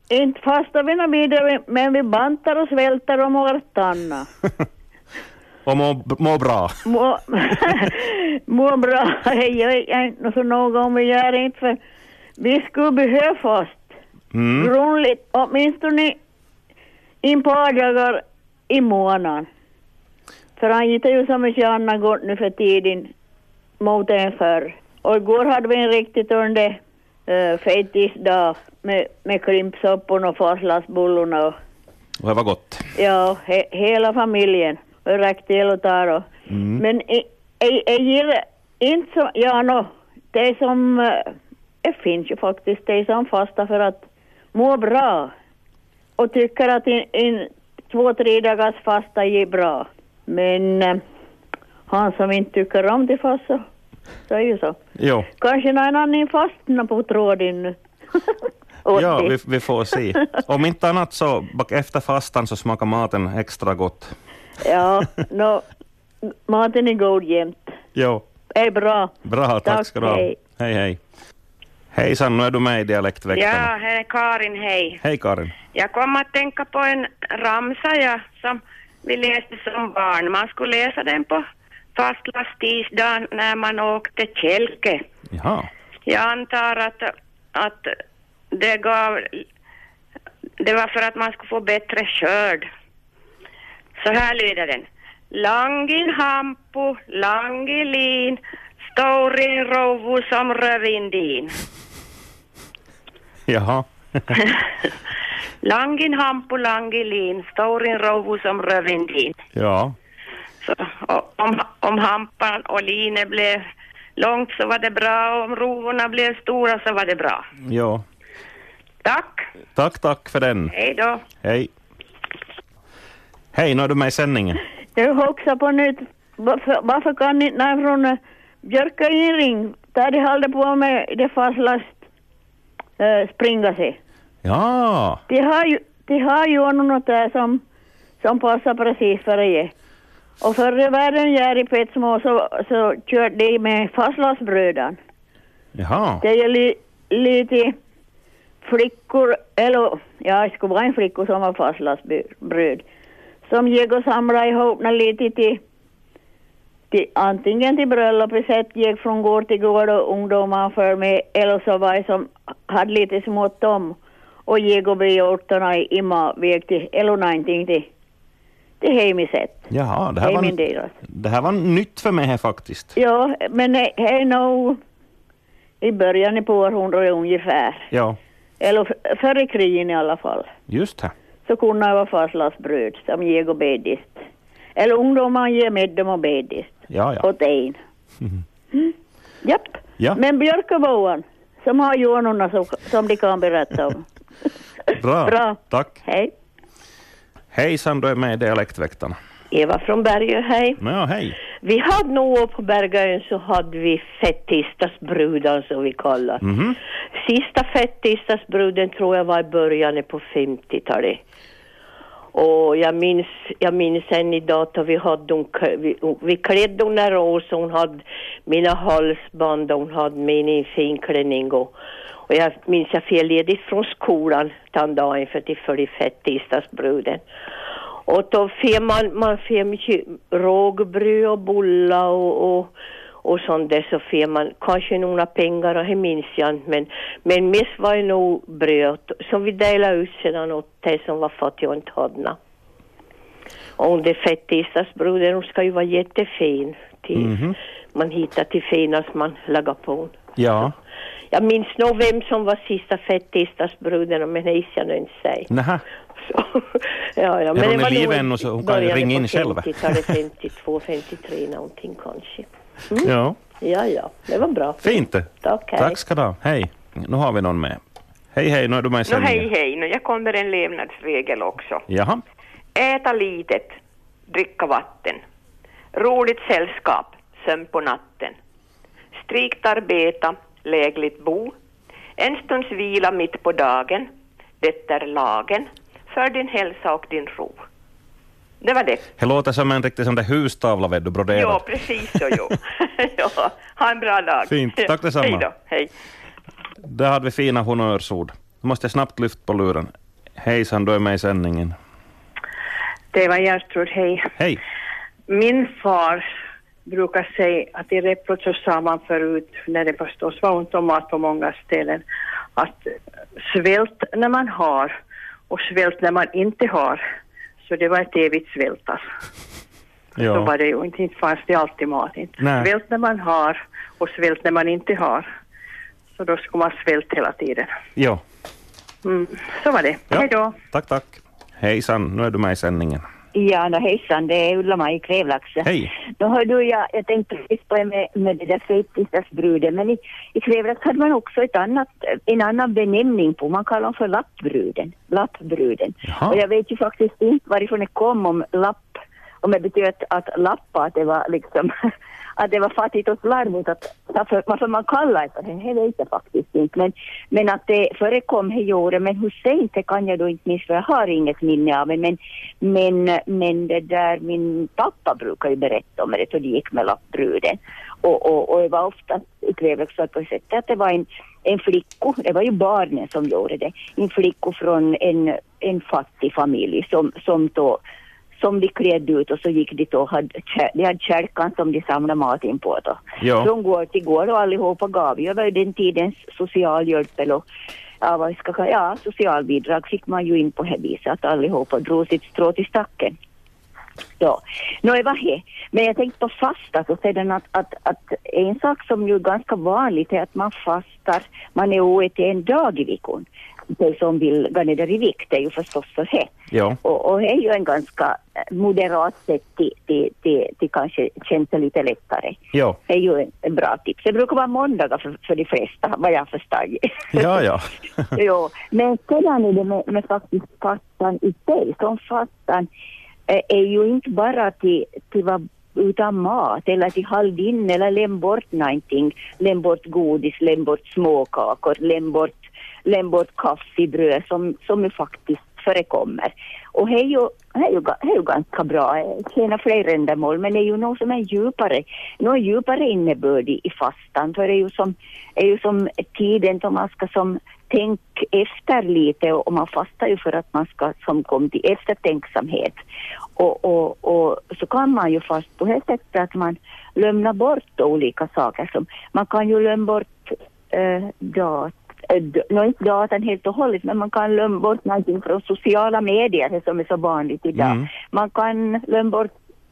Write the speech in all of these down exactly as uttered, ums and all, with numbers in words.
Inte fastar vi något vidare, men vi bantar och svälter om vartannat. Och må, må bra. Må, må bra. Jag är inte så noga om vi gör inte, för vi skulle behöva fast. Mm. Grundligt, åtminstone in på dagar i månaden. För han gick ju så mycket annat gott nu för tiden mot en förr. Och igår hade vi en riktigt under uh, fetisdag med, med klimpsopporna och farslasbullorna. Och, och det var gott. Ja, he, hela familjen. Och räckte el och tar. Och. Mm. Men jag ger inte så, ja no, det som, uh, det finns ju faktiskt det som fasta för att må bra. Och tycker att en, en två, tre dagars fasta är bra. Men uh, han som inte tycker om det fast så, så är ju så. Jo. Kanske någon annan fastnar på tråden nu. Ja, vi, vi får se. Om inte annat så efter fastan så smakar maten extra gott. Ja, no, maten är god jämt. Jo. Är bra. Bra, tack, tack ska du ha. Hej. hej, hej. Hejsan, nu är du med i Dialektväktarna. Ja, hej Karin, hej. Hej Karin. Jag kom att tänka på en ramsa ja, som vi läste som barn. Man skulle läsa den på fastlastisdagen när man åkte kälke. Jaha. Jag antar att, att det gav, det var för att man skulle få bättre skörd. Så här lyder den. Langin hampu, langilin, storin rovu som rövindin. Jaha. Langin hampu, langilin, storin rovu som rövindin. Ja. Så, om, om hampan och line blev långt så var det bra, och om rovorna blev stora så var det bra. Ja. Tack. Tack, tack för den. Hej då. Hej. Hej, nu är du med i sändningen. Jag hoxar på nytt. Varför, varför kan ni när från uh, Björka inring där de håller på med det fastlast uh, springa sig. Ja. De har ju, de har ju något där som, som passar precis för det. Och förr i världen gör i Petsmo så, så körde de med fastlastbrödan. Jaha. Det är li, lite flickor, eller ja, det skulle vara en flickor som har fastlastbröd. Som gick och samlade ihop lite till, till antingen till bröllopet sett gick från gård till gård och ungdomar för mig, eller så var det som hade lite smått om och gick och begjortarna i Ima-väg till, eller någonting till, till hemisätt. Jaha, det här, var, det här var nytt för mig här faktiskt. Ja, men det är nog i början på århundradet ungefär. Ja. Eller före krigen i alla fall. Just det. Så kunde det vara fastlagsbröd som ger och bedist. Eller ungdomar ger med dem och bedist. Ja, ja. Åt en. Mm. Mm. Japp. Ja. Men Björkeboan som har jonorna som, som de kan berätta om. Bra. Bra. Tack. Hej. Hejsan, du är med i Dialektväktarna. Eva från Bergö, hej. Ja, hej. Vi hade nog på Bergön så hade vi fettistasbruden som vi kallar. Mm-hmm. Sista fettistasbruden tror jag var i början på femtiotalet. Och jag minns, jag minns än idag att vi hade, vi, vi klädde hon när år så hon hade mina halsband och hon hade min fin klänning och, och jag minns jag fel ledigt från skolan den dagen för att följa fettistasbruden. Och då får man, man får mycket rågbröd och bullar och, och, och sånt där, så får man kanske några pengar, och det minns jag inte, men, men mest var det nog bröd som vi delade ut sedan åt det som var fattiga och inte hade. Och det fettistasbruden ska ju vara jättefin till, mm-hmm. man hittar till finast man lagar på. Ja. Jag minns nog vem som var sista fettistasbruden, men det jag nu inte säga. Nähä. Så, ja, ja, men det var liv ännu så hon kan ringa in själv. femtiotvå, femtiotre någonting kanske. Mm. Ja. Ja, ja, det var bra. Fint. Tack, hej. Tack ska du ha. Hej. Nu har vi någon med. Hej, hej, nu är du med i sändningen. No, hej, hej. Nu jag kommer en levnadsregel också. Jaha. Äta litet, dricka vatten. Roligt sällskap, sömn på natten. Strikt arbeta, lägligt bo. En stunds vila mitt på dagen. Det är lagen. För din hälsa och din ro. Det var det. Det låter som en riktigt sån där hustavla vet du broderad. Ja, precis så jo. Ja, ha en bra dag. Fint, tack detsamma. Hej då, hej. Där hade vi fina honnörsord. Nu måste jag snabbt lyfta på luren. Hejsan, du är med i sändningen. Det var Gertrud, hej. Hej. Min far brukar säga att i Repro så sa man förut, när det förstås var ont om mat på många ställen, att svält när man har och svält när man inte har, så det var ett evigt svältas. Ja. Så var det ju, inte fanns det alltid mat. Inte. Svält när man har och svält när man inte har, så då skulle man svält hela tiden. Ja. Mm, så var det. Ja. Hej då. Tack, tack. Hejsan, nu är du med i sändningen. Ja, no, hejsan, det är Ulla-Maj Krävlax. Hej. Då har du, jag, jag tänkte precis på med, med det där fettisdagsbruden, men i, i Krävlax hade man också ett annat, en annan benämning på, man kallar dem för lappbruden, lappbruden. Jaha. Och jag vet ju faktiskt inte varifrån det kom om lapp, om det betyder att, att lappa, att det var liksom, att det var fattigt och slarvigt, att varför, varför man kallar det för det, det vet jag faktiskt inte, men, men att det förekom här i året, men hur sent det kan jag då inte minns, för jag har inget minne av det, men, men, men det där, min pappa brukar ju berätta om det, och det gick med lappbruden, och, och, och det var ofta i Krävlax på det sättet att det var en, en flicko, det var ju barnen som gjorde det, en flicko från en, en fattig familj som, som då som de klädde ut, och så gick de då, hade, de hade kärkan som de samlade mat in på då. Ja. Från går till går, och allihopa gav ju över den tidens socialhjälp eller ja, vad ska jag, ja, socialbidrag fick man ju in på det viset, att allihopa drog sitt strå till stacken. Ja, nå det var det. Men jag tänkte på fasta, så säger den att, att, att en sak som ju är ganska vanligt är att man fastar, man är oätig en dag i veckan. Det som vill gå ner i vikt är ju förstås för det. Ja. Och, och det är ju en ganska moderat sätt till, till, till, till kanske känns det lite lättare. Ja. Det är ju en, en bra tips. Det brukar vara måndagar för, för de flesta, vad jag förstår. Ja, ja. Jo, men sedan är det med, med faktiskt fastan i sig. Som fastan eh, är ju inte bara till, till vad utan mat eller till håll in eller lämna bort någonting. Lämna bort godis, lämna bort småkakor, lämna bort lämna bort kaffebröd som, som ju faktiskt förekommer. Och det är ju, det är ju, det är ju ganska bra, tjänar fler ändamål, men det är ju något som är djupare, något djupare innebörd i, i fastan. För det är ju som, är ju som tiden då man ska som tänka efter lite, och man fastar ju för att man ska som komma till eftertänksamhet. Och, och, och så kan man ju fast på det sättet att man lämnar bort olika saker. Som, man kan ju lämna bort äh, dat Nå inte datan helt och hållet, men man kan lämna bort någonting från sociala medier som är så vanligt idag. Mm. Man kan lämna bort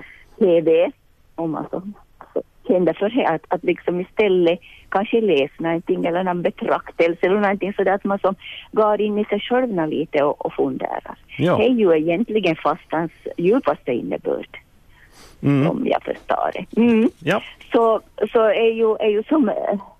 T V, om man så känner för det, att, att liksom istället kanske läsa någonting eller någon betraktelse eller någonting sådär, att man som går in i sig själv lite och, och funderar. Ja. Det är ju egentligen fastans djupaste innebörd, mm. om jag förstår det. Mm. Ja. Så, så är ju, är ju som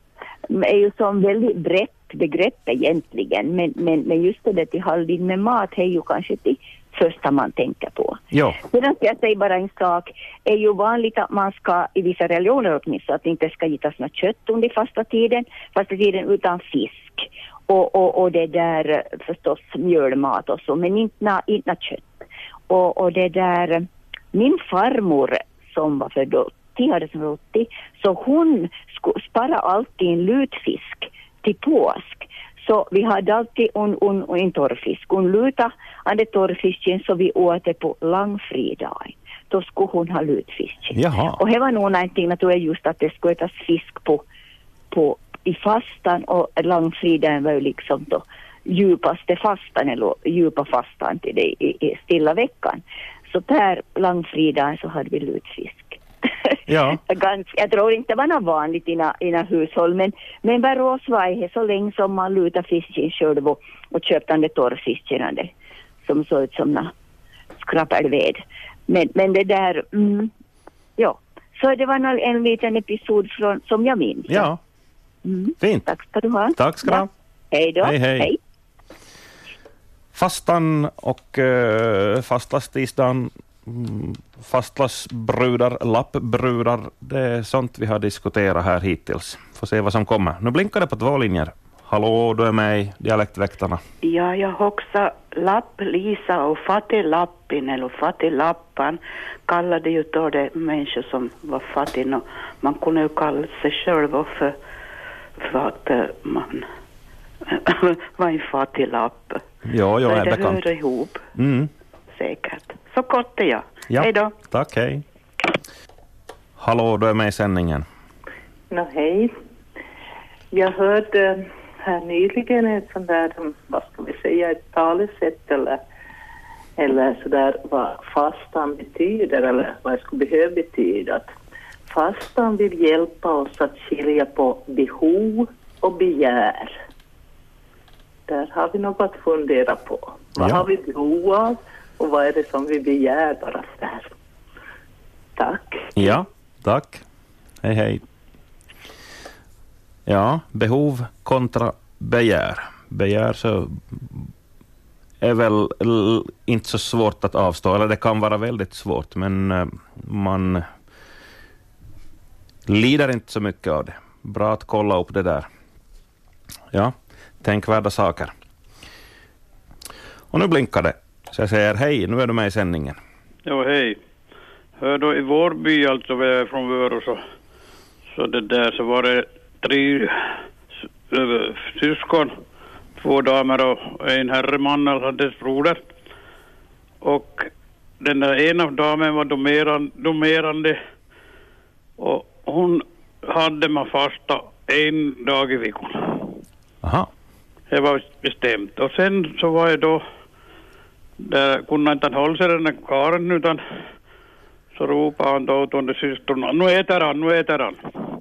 är ju som väldigt brett begrepp egentligen, men, men, men just det till halvdin med mat är ju kanske det första man tänker på. Ja. Sedan ska jag säga bara en sak, är ju vanligt att man ska i vissa religioner åtminstone att inte ska gitas något kött under fasta tiden, fasta tiden utan fisk och, och, och det där förstås mjölmat och så, men inte, inte kött. Och, och det där, min farmor som var för då hade som rotti, så hon skulle spara alltid en lutfisk till påsk. Så vi hade alltid en, en, en torrfisk. Hon luta hade torrfisken så vi åt det på långfridag. Då skulle hon ha lutfisken. Jaha. Och det var nog någonting naturligt just att det skulle ätas fisk på, på, i fastan, och långfridagen var ju liksom då djupaste fastan eller djupa fastan till det i, i stilla veckan. Så där långfridagen så hade vi lutfisk. Ja. Ganska, jag tror inte det var något vanligt i några hushåll, men, men bara oss var det så länge som man lutar fisken själv och, och köpte den torrfisken som såg ut som skrapelved. Men, men det där, mm, ja. Så det var en, en liten episod från, som jag minns. Ja, mm. Fint. Tack ska du ha. Tack ska du ha. Ja. Hej då. Hej, hej. Hej. Fastan och uh, fastlastisdagen, mm, fastlassbrudar, lappbrudar, det är sånt vi har diskuterat här hittills. Får se vad som kommer. Nu blinkar det på två linjer. Hallå, du är med i Dialektväktarna. Ja, jag också Lapp-Lisa och Fattig-Lappin eller Fattig-Lappan kallade ju då det människor som var fattiga. Man kunde ju kalla sig själv för, för att man Vad en fattig lapp. Jo, jo, är det bekant. hör ihop. Mm. Säkert. Så kort är jag. Ja. Hej då. Tack, hej. Hallå, du är med i sändningen. Nå, hej. Jag hörde här nyligen ett sånt där, vad ska vi säga, ett talesätt eller, eller sådär vad fastan betyder eller vad det skulle behöva betyda. Att fastan vill hjälpa oss att skilja på behov och begär. Där har vi något att fundera på. Vad Ja. har vi behov av och vad är det som vi begär bara där? Tack. Ja, tack. Hej, hej. Ja, behov kontra begär. Begär så är väl l- inte så svårt att avstå, eller det kan vara väldigt svårt, men eh, man lider inte så mycket av det. Bra att kolla upp det där. Ja, tänkvärda saker. Och nu blinkar det. Så jag säger hej, nu är du med i sändningen. Ja, hej. Hör då, i vår by, alltså vi är från Vörå, så, så det där så var det tre äh, syskon, två damer och en herreman, alltså dess broder. Och den där ena av damen var domerande, domerande och hon hade man fasta en dag i veckan. Aha. Det var bestämt. Och sen så var jag då, där kunde inte han hålla sig den där karen, utan så ropade han då åt under systrarna, nu äter han, nu äter han.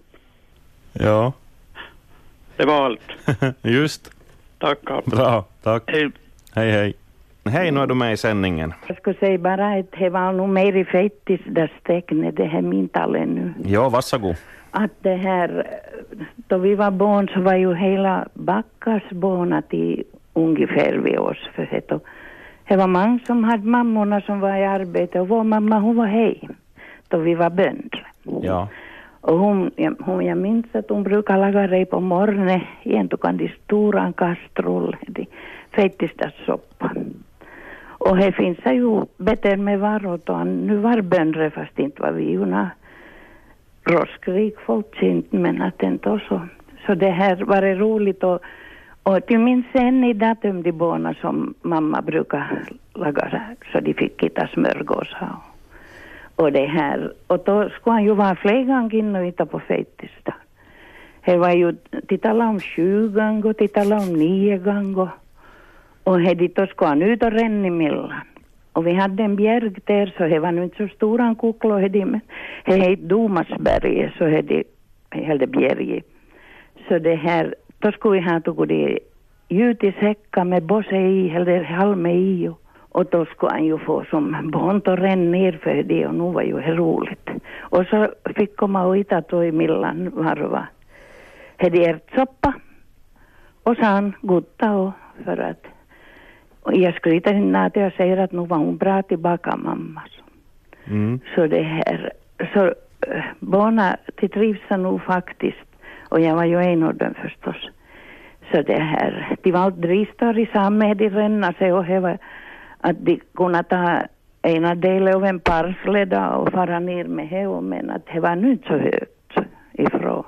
Ja. Det var allt. Just. Tack. Bra, tack. Hej. Hej, hej. Hej, nu är du med i sändningen. Jag skulle säga bara att det var nog mer i fettis där stekne, det här mintalet nu. Ja, varsågod. Att det här, då vi var barn så var ju hela Backas barn till ungefär vid oss för det. Och det var man som hade mammorna som var i arbete och vår mamma hon var hej då vi var bönder. Ja. Och hon, jag, hon, jag minns att hon brukar laga rej på morgonen igen då kan de stora kastrull, de fettistassoppa. Och det finns ju bättre med varot och nu var bönder fast inte var vi ju na roskrik folk inte men att inte så. Så det här var det roligt och, och till minns en i datum de barna som mamma brukar laga så de fick hitta smörgås och, och det här. Och då skulle han ju vara fler gånger in och hitta på fettisdag. Det var ju tittala om tjugo gånger och tittala om nio gånger. Och dit då skulle han ut och ränna emellan. Och vi hade en bjärg där så det var nu inte så stor en kuklo men det hette Domarsberget så det hade bjärg. Så det här, då skulle vi ha tagit det ljud i säcka med bosse i eller halme i och, och då skulle han ju få som bont och ränna ner för det och nu var ju det roligt. Och så fick komma och hitta då emellan varva. Det ärtsoppa och så han gutta och för att och jag skryter inte att jag säger att nu var hon bra tillbaka mamma. Mm. Så det här, så äh, barna till trivs nog faktiskt. Och jag var ju en av dem förstås. Så det här, de var allt dristar i samma, de ränna sig och det att de kunde ta ena delen av en parsleda och fara ner med det men att det var nu inte så högt ifrån.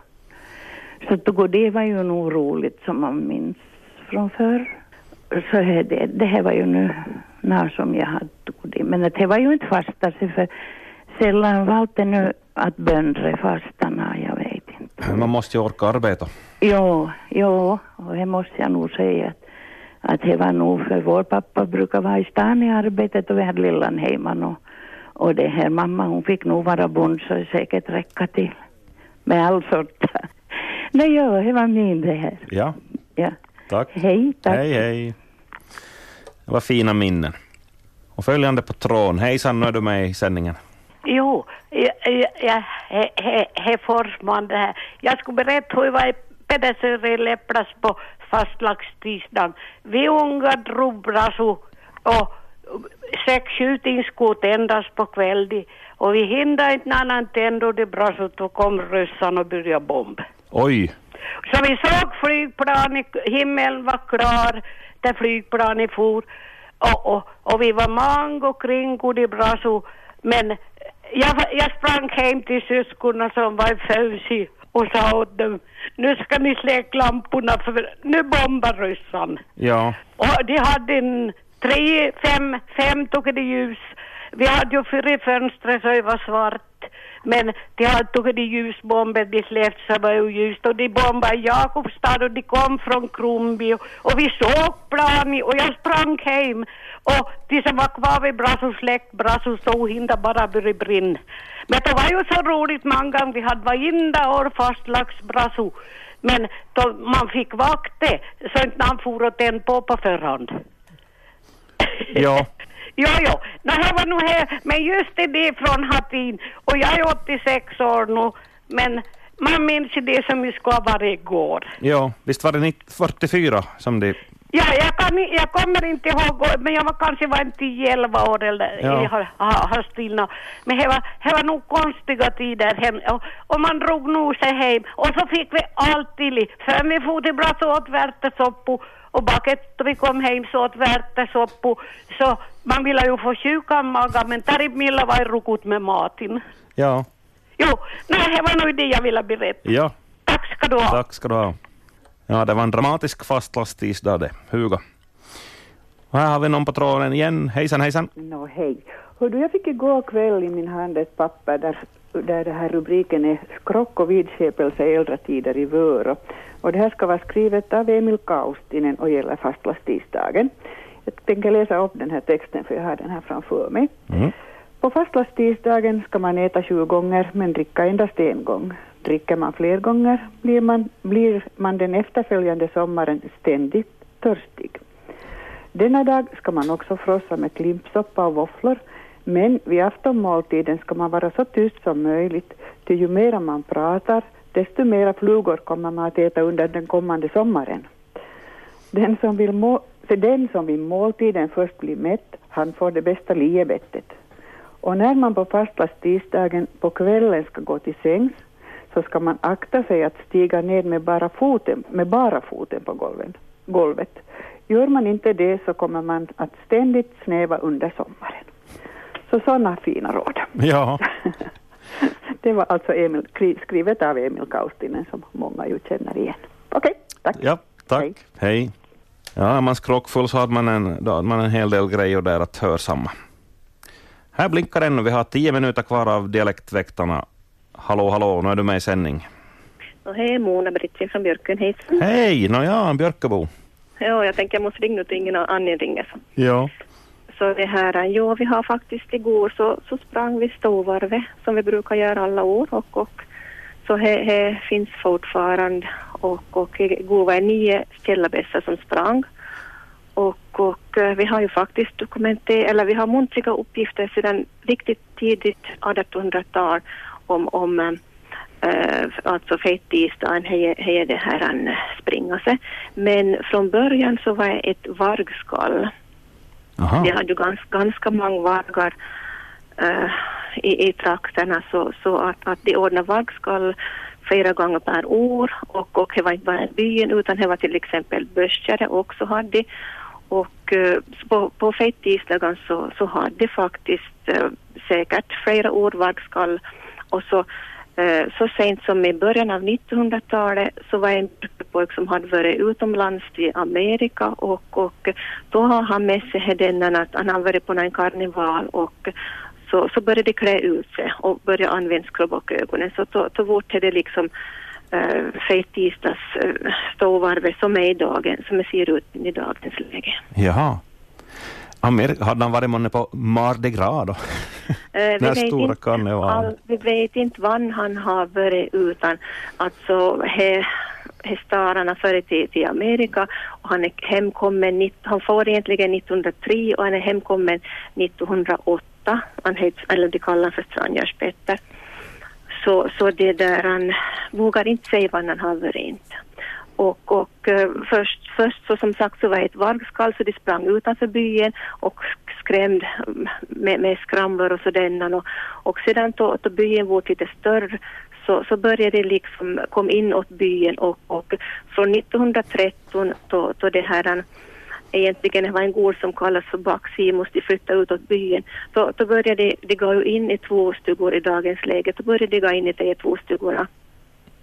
Så då, det var ju nog roligt som man minns från förr. Så det, det här var ju nu när som jag hade det. Men det var ju inte fasta sig för sällan valde nu att böndre fastarna, jag vet inte. Man måste ju orka arbeta. Jo, jo, och det måste jag nog säga att, att det var nog för vår pappa brukar vara i stan i arbetet och vi hade lillan hemman och, och det här mamma hon fick nog vara bond så det säkert räcka till med all sorts. Nej, ja, det var min det här. Ja. Ja. Tack. Hej, tack. Hej, hej. Det var fina minnen. Och följande på tråden. Hejsan, nu är du med i sändningen. Jo, jag, jag, he, he, he Forsman det här. Jag skulle berätta hur jag var i Pedersöre läpplas på fastlagstidsdagen. Vi unga drog brasu och sex skjutningsskott endast på kvällen. Och vi hindrade inte annan tänd och det brasut och kom rössan och började bomb. Oj. Så vi såg flygplan, himmelen var klar där flygplanet for och, och, och vi var många kring och det brasu. Men jag, jag sprang hem till syskonen som var födda och sa åt dem, nu ska ni släcka lamporna för nu bombar ryssarna. Ja. Och de hade en tre, fem, fem tog det ljus. Vi hade ju fyra fönster så det var svart. Men de hade tagit de ljusbomber, de släppte så var ju ljust. Och de bombade Jakobstad och de kom från Krumby. Och, och vi såg planen och jag sprang hem. Och de som var kvar vid Brasso släkt, Brasso stod hinda bara började brinna. Men det var ju så roligt många gånger. Vi hade varenda år fastlagts Brasso. Men då man fick vakte så inte man for att tända på på förhand. Ja. Jo, jo. Nej, jag var nog här. Men just det, det från Hattin. Och jag är åttiosex år nu. Men man minns ju det som vi ska vara igår. Ja, visst var det fyrtiofyra som det... Ja, jag, kan, jag kommer inte ihåg. Men jag var kanske var en tio elva år eller ja. i Hastina. Men det var, det var nog konstiga tider hem. Och, och man drog nog sig hem. Och så fick vi alltid. För vi får till bra så åt värtesoppo. Och baket då vi kom hem så åt värtesoppo. Så man ville ju få sjukan maga. Men där i Milla var rukut med maten. Ja. Jo, nej, det var nog det jag ville berätta. Ja. Tack ska du ha. Tack ska du ha. Ja, det var en dramatisk fastlasttisdag det. Hugo. Och här har vi någon på tråden igen. Hejsan, hejsan. Nå, hej. Hördu, jag fick igår kväll i min hand ett papper där, där det här rubriken är Skrock och vidskepelse i äldre tider i Vörå. Och det här ska vara skrivet av Emil Kaustinen och gäller fastlasttisdagen. Jag tänker läsa upp den här texten för jag har den här framför mig. Mm. På fastlasttisdagen ska man äta sju gånger men dricka endast en gång. Dricker man fler gånger blir man, blir man den efterföljande sommaren ständigt törstig. Denna dag ska man också frossa med klimpsoppa och våfflor, men vid aftonmåltiden ska man vara så tyst som möjligt, till ju mer man pratar, desto mera flugor kommer man att äta under den kommande sommaren. Den som vill må- för den som vid måltiden först blir mätt, han får det bästa liebettet. Och när man på fastlasttisdagen på kvällen ska gå till sängs, så ska man akta sig att stiga ned med bara foten, med bara foten på golven, golvet. Gör man inte det så kommer man att ständigt snäva under sommaren. Så sådana fina råd. Ja. Det var alltså Emil, skrivet av Emil Kaustinen som många ju känner igen. Okej, okay, tack. Ja, tack. Hej. Hej. Ja, är man skrockfull så hade man en, då hade man en hel del grejer där att hörsamma. Här blinkar den och vi har tio minuter kvar av dialektväktarna. Hallå, hallå, nu är du med i sändning. Och hej, Mona Brittin från Björkön, hej. Hej, nå ja, en Björkebo. Ja, jag tänker jag måste ringa till ingen annan ringer. Så. Ja. Så det här, ja, vi har faktiskt igår så, så sprang vi ståvarvet som vi brukar göra alla år och, och så här, här finns fortfarande och, och igår var nio ställabässar som sprang och, och vi har ju faktiskt dokumenterat, eller vi har muntliga uppgifter sedan riktigt tidigt artonhundratal om, om äh, alltså fettisdagen är det här an springa sig. Men från början så var det ett vargskall. Aha. Vi hade ju ganska, ganska många vargar äh, i, i trakterna så, så att, att de ordnar vargskall flera gånger per år och, och det var inte bara byn utan det var till exempel börsare också hade. Och uh, på, på fettisdagen så, så hade faktiskt uh, säkert flera år vargskall och så, uh, så sent som i början av nittonhundratalet så var en pojk som hade varit utomlands i Amerika och, och då har han med sig den att han har varit på en karneval och så, så började de klä ut sig och började använda skrubb och ögonen så då, då var det liksom Uh, fettisdags uh, ståvarvet som är i dagen, som ser ut i dagens läge. Jaha. Amerika, hade han varit månne på Mardi Gras då? Uh, vi, vet inte, all, vi vet inte vad han har varit utan alltså he, he stararna före till, till Amerika och han är hemkommen, han får egentligen nittonhundratre och han är hemkommen nittonhundraåtta. Han heter, eller de kallar för Stranjars Petter. Så, så det där han vågar inte säga vad han har varit inte. Och, och uh, först, först så som sagt så var det ett vargskall så de sprang utanför byn och skrämde med, med skramlor och sådär. Och, och sedan då, då byn var lite större så, så började det liksom komma in åt byn och, och från nittonhundratretton då, då det här han egentligen det var en gård som kallas för Backsimos, de flyttade ut åt byn. Då, då började de, de gå in i två stugor i dagens läge. Då började de gå in i de två stugorna.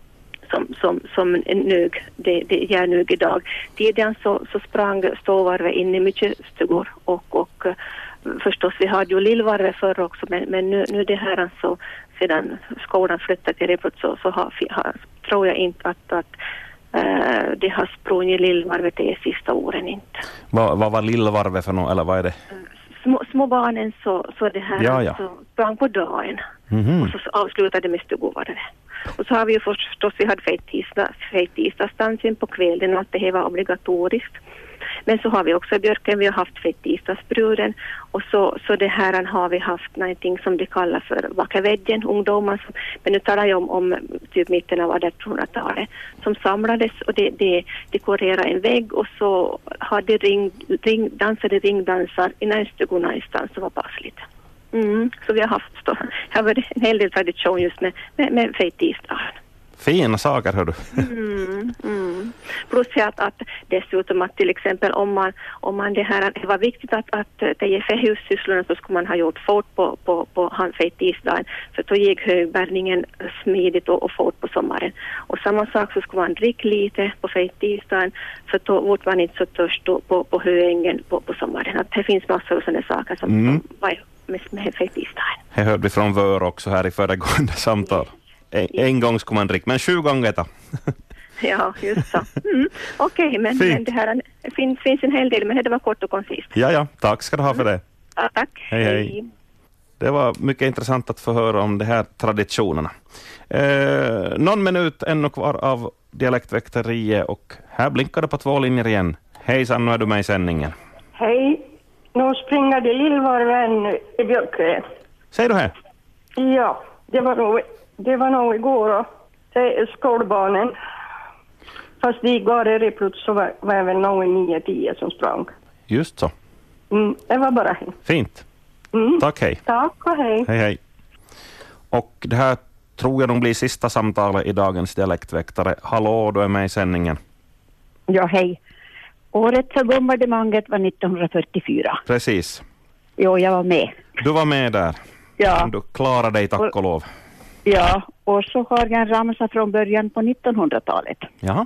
som, som, som nög, det, det gör nu idag. Tidigare så, så sprang ståvarvet in i mycket stugor och, och förstås vi hade ju lillvarvet förr också, men, men nu, nu det här alltså, sedan skolan flyttade till Reprot så, så har, har, tror jag inte att, att uh, det har sprungit lillvarvet de sista åren inte. Vad, vad var lillvarvet för något, eller vad är det? Små, små barnen så, så det här ja, ja. Alltså, sprang på dagen mm-hmm. och så avslutade med stugvarvet. Och så har vi ju förstås, vi hade fejttisdagsdansen på kvällen och att det var obligatoriskt. Men så har vi också i Björken, vi har haft fejttisdagsbruden och så, så det här har vi haft någonting som de kallar för Vakavedjen, ungdomar, som, men nu talar jag om, om typ mitten av artonhundratalet som samlades och det, det dekorerade en vägg och så hade ring, ring, dansade ringdansar i näststugorna någonstans som var passligt. Mm, så vi har haft då, här var det en hel del tradition just med, med, med fejttisdagen. Fina saker, hör du. Mm, mm. Plus att, att dessutom att till exempel om man, om man det här, det var viktigt att, att det ger för hussysslorna så skulle man ha gjort fort på, på, på handfejttisdagen för då gick högbärningen smidigt och, och fort på sommaren. Och samma sak så skulle man dricka lite på fejttisdagen för då vart man inte så törst på, på höängen på, på sommaren. Att det finns massor av sådana saker som, mm. som var med, med fejttisdagen. Det hörde vi från Vör också här i föregående samtal. En, en gång ska man dricka, men sju gånger då. Ja, just så. Mm. Okej, okay, men, men det här det finns, finns en hel del, men det var kort och koncist. Ja, ja, tack ska du ha för det. Ja, tack. Hej, hej. Det var mycket intressant att få höra om de här traditionerna. Eh, någon minut ännu kvar av dialektväkteriet och här blinkar det på två linjer igen. Hejsan, nu är du med i sändningen. Hej, nu springer det lillvarven i Björkö. Säger du här? Ja, det var nog... Det var nog igår och skolbarnen. Fast de går i Reprot så var, var jag väl nog nio tio som sprang. Just så. Mm, det var bara hej. Fint. Mm. Tack, hej. Tack och hej. Hej, hej. Och det här tror jag nog blir sista samtalet i dagens dialektväktare. Hallå, du är med i sändningen. Ja, hej. Året för bombardemanget var nittonhundrafyrtiofyra. Precis. Jo, jag var med. Du var med där. Ja. Du klarade dig, tack och lov. Ja, och så har jag en ramsa från början på nittonhundratalet. Ja.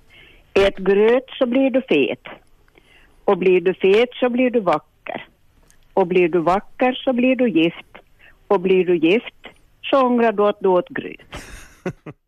Ät gröt så blir du fet. Och blir du fet så blir du vacker. Och blir du vacker så blir du gift. Och blir du gift så ångrar du att du åt gröt.